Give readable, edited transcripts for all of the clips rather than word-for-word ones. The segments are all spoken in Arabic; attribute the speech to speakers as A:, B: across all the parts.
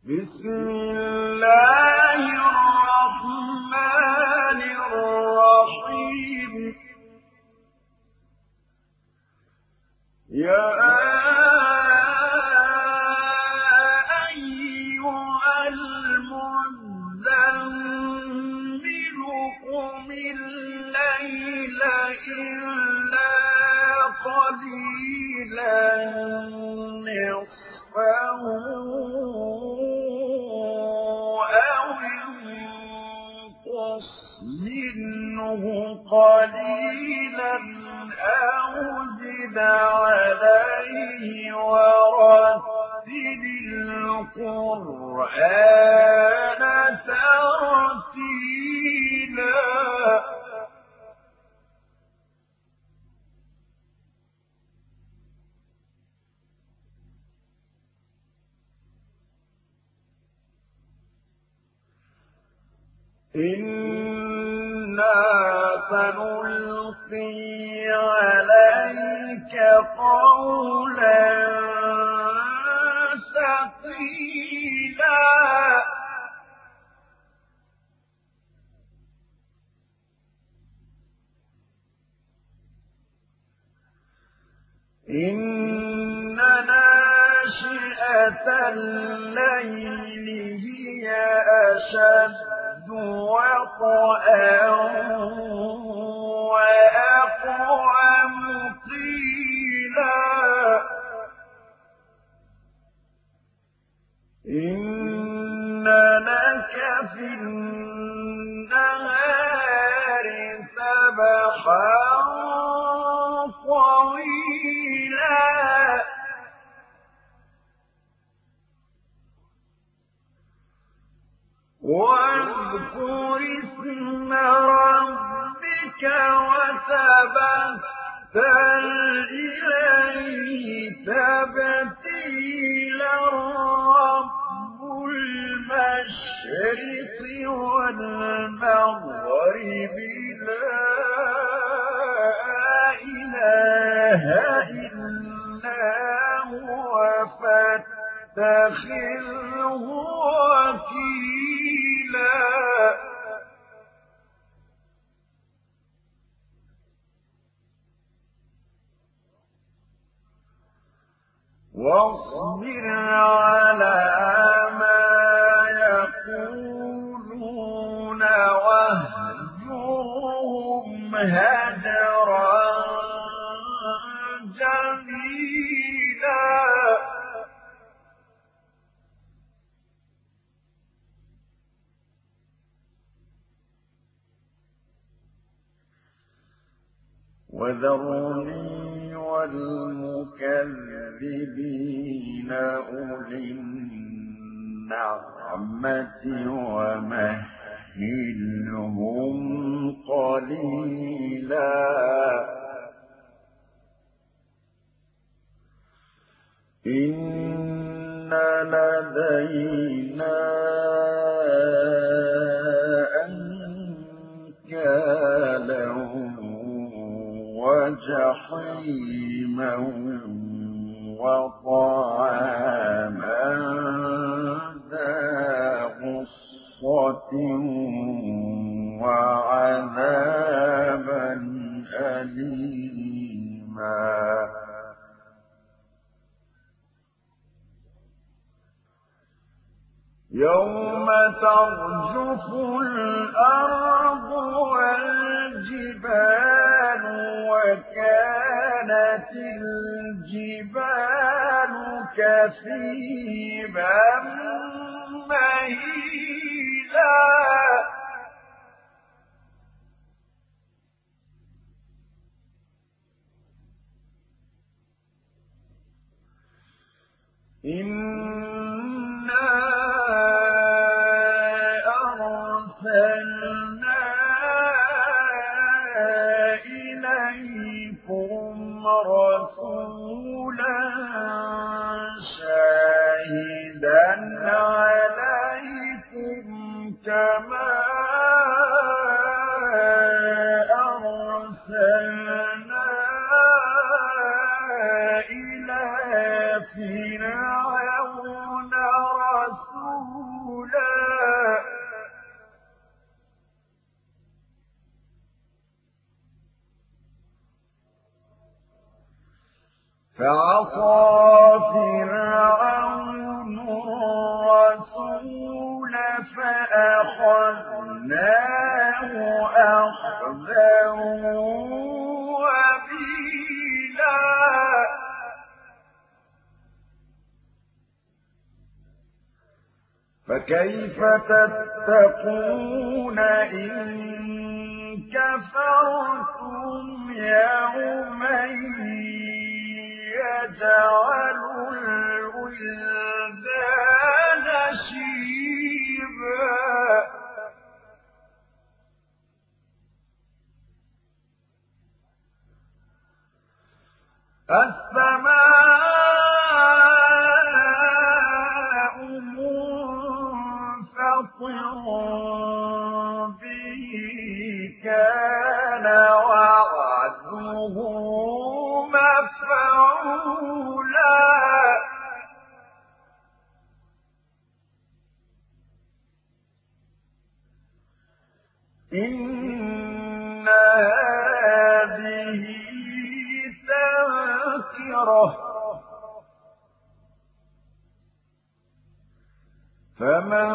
A: بسم الله الرحمن الرحيم يا أيها المزمل قم الليل إلا قليلا نصفه أو انقص منه قليلا أو زد عليه ورتل القرآن ترتيلا إنا سنلقي عليك قولا ثقيلا إن ناشئة الليل هي أشد وطئا وأقوم قيلا إن لك في النهار سبحا طويلا واذكر اسم ربك وتبتل إليه تبتيلا رب المشرق والمغرب لا إله إلا هو فاتخذه وكيلا واصبر على ما يقولون واهجرهم هجرا جميلا وذرني والمكذبين أولي النعمة ومهلهم قليلا إن لدينا أنكالا وجحيما وطعاما ذا غصة وعذابا أليما يوم ترجف الأرض والجبال وكانت الجبال كثيبا مهيلا إنا أرسلنا إليكم رسولا شاهدا عليكم كما أرسلنا إلى فرعون رسولا فعصى فرعون الرسول فأخذناه أخذا وبيلا فكيف تتقون إن كفرتم يوما يجعل الولدان شيبا السماء منفطر به كان وعده مفعولا إن هذه تذكرة فمن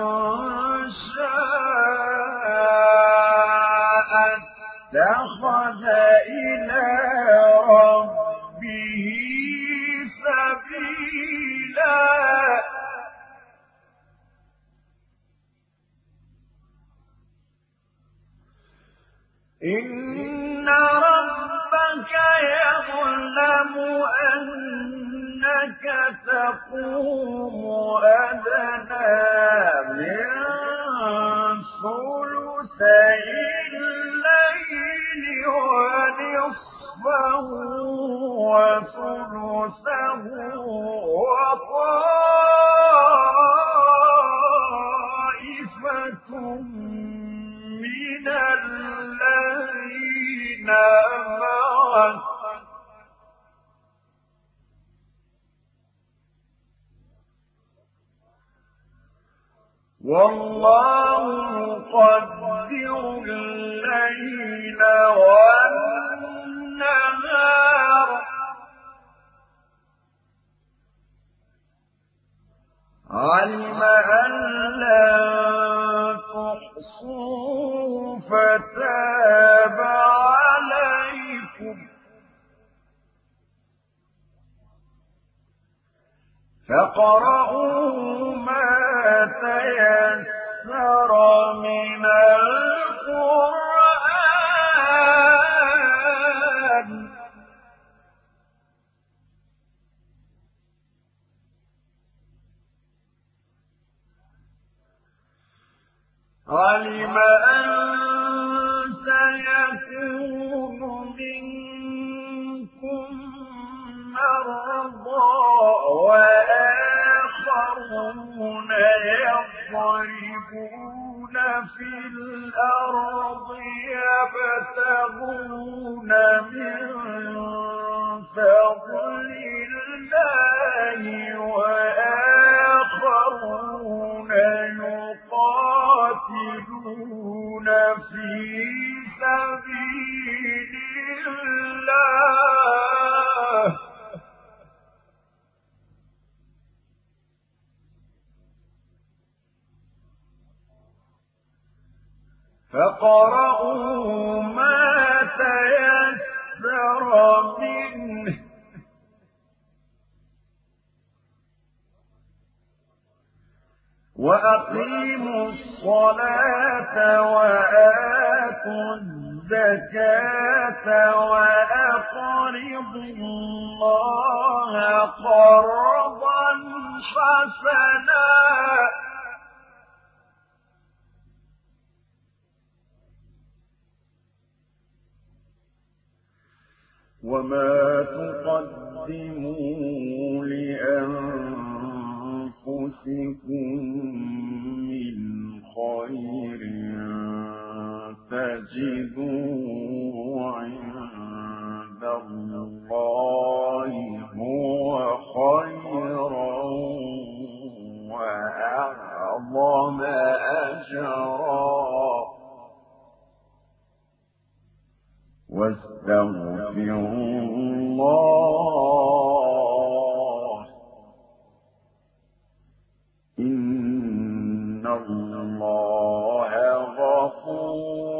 A: شاء اتخذ إلى ربه سبيلا إن ربك يعلم أنك تقوم أدنى من ثلثي الليل ونصفه وثلثه وطائفة من الذين معك والله يقدر الليل والنهار علم أن لن تحصوا فتاب عليكم فاقرؤوا ما تيسر من القرآن علم أن سيكون منكم مرضى وآخرون يضربون في الأرض يبتغون من فضل الله وآخرون يقاتلون في سبيل الله فاقرؤوا ما تيسر منه وأقيموا الصلاة وآتوا الزكاة وأقرضوا الله قرضا حسنا وما تقدموا لأنفسكم من خير تجدوه عند الله هو خيرا وأعظم أجرا واستغفروا الله الله غفور